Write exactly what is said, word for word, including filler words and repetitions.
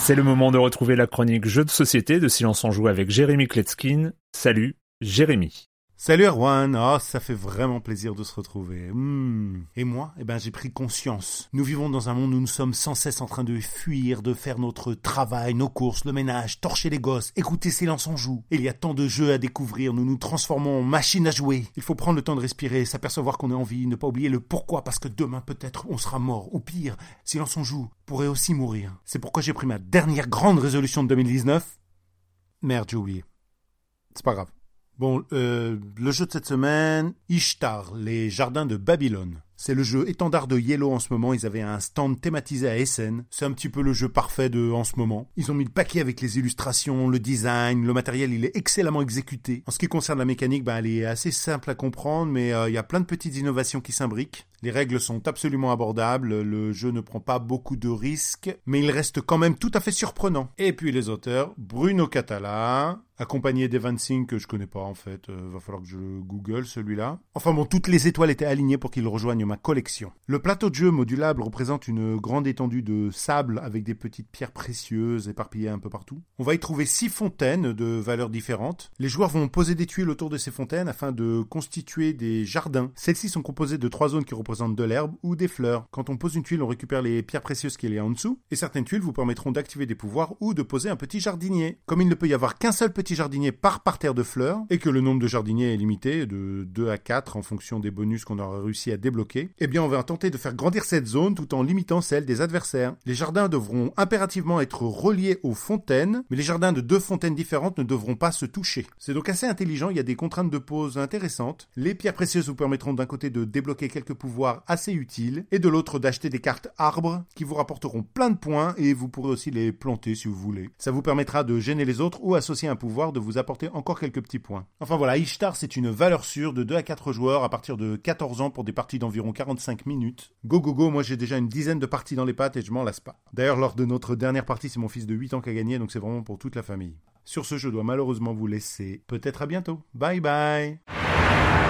C'est le moment de retrouver la chronique Jeux de société de Silence on Joue avec Jérémy Kletskin. Salut, Jérémy. Salut Erwan, oh, ça fait vraiment plaisir de se retrouver. Mmh. Et moi, eh ben, j'ai pris conscience. Nous vivons dans un monde où nous sommes sans cesse en train de fuir, de faire notre travail, nos courses, le ménage, torcher les gosses, écouter Silence on Joue. Et il y a tant de jeux à découvrir, nous nous transformons en machines à jouer. Il faut prendre le temps de respirer, s'apercevoir qu'on est en vie, ne pas oublier le pourquoi, parce que demain peut-être on sera mort, ou pire, Silence on Joue pourrait aussi mourir. C'est pourquoi j'ai pris ma dernière grande résolution de deux mille dix-neuf. Merde, j'ai oublié. C'est pas grave. Bon, euh, le jeu de cette semaine, Ishtar, les jardins de Babylone. C'est le jeu étendard de Yellow en ce moment, ils avaient un stand thématisé à Essen. C'est un petit peu le jeu parfait de en ce moment. Ils ont mis le paquet avec les illustrations, le design, le matériel, il est excellemment exécuté. En ce qui concerne la mécanique, ben, elle est assez simple à comprendre, mais euh, il y a plein de petites innovations qui s'imbriquent. Les règles sont absolument abordables, le jeu ne prend pas beaucoup de risques, mais il reste quand même tout à fait surprenant. Et puis les auteurs, Bruno Catala, accompagné d'Evan Singh que je connais pas en fait, euh, va falloir que je le google celui-là. Enfin bon, toutes les étoiles étaient alignées pour qu'il rejoigne ma collection. Le plateau de jeu modulable représente une grande étendue de sable avec des petites pierres précieuses éparpillées un peu partout. On va y trouver six fontaines de valeurs différentes. Les joueurs vont poser des tuiles autour de ces fontaines afin de constituer des jardins. Celles-ci sont composées de trois zones qui représentent de l'herbe ou des fleurs. Quand on pose une tuile, on récupère les pierres précieuses qu'il y a en dessous, et certaines tuiles vous permettront d'activer des pouvoirs ou de poser un petit jardinier. Comme il ne peut y avoir qu'un seul petit jardinier par parterre de fleurs, et que le nombre de jardiniers est limité, de deux à quatre en fonction des bonus qu'on aura réussi à débloquer, eh bien on va tenter de faire grandir cette zone tout en limitant celle des adversaires. Les jardins devront impérativement être reliés aux fontaines, mais les jardins de deux fontaines différentes ne devront pas se toucher. C'est donc assez intelligent, il y a des contraintes de pose intéressantes. Les pierres précieuses vous permettront d'un côté de débloquer quelques pouvoirs assez utiles, et de l'autre d'acheter des cartes arbres qui vous rapporteront plein de points, et vous pourrez aussi les planter si vous voulez. Ça vous permettra de gêner les autres ou associer un pouvoir de vous apporter encore quelques petits points. Enfin voilà, Ishtar c'est une valeur sûre de deux à quatre joueurs à partir de quatorze ans pour des parties d'environ quarante-cinq minutes. Go go go, moi j'ai déjà une dizaine de parties dans les pattes et je m'en lasse pas. D'ailleurs lors de notre dernière partie c'est mon fils de huit ans qui a gagné, donc c'est vraiment pour toute la famille. Sur ce, je dois malheureusement vous laisser. Peut-être à bientôt. Bye bye.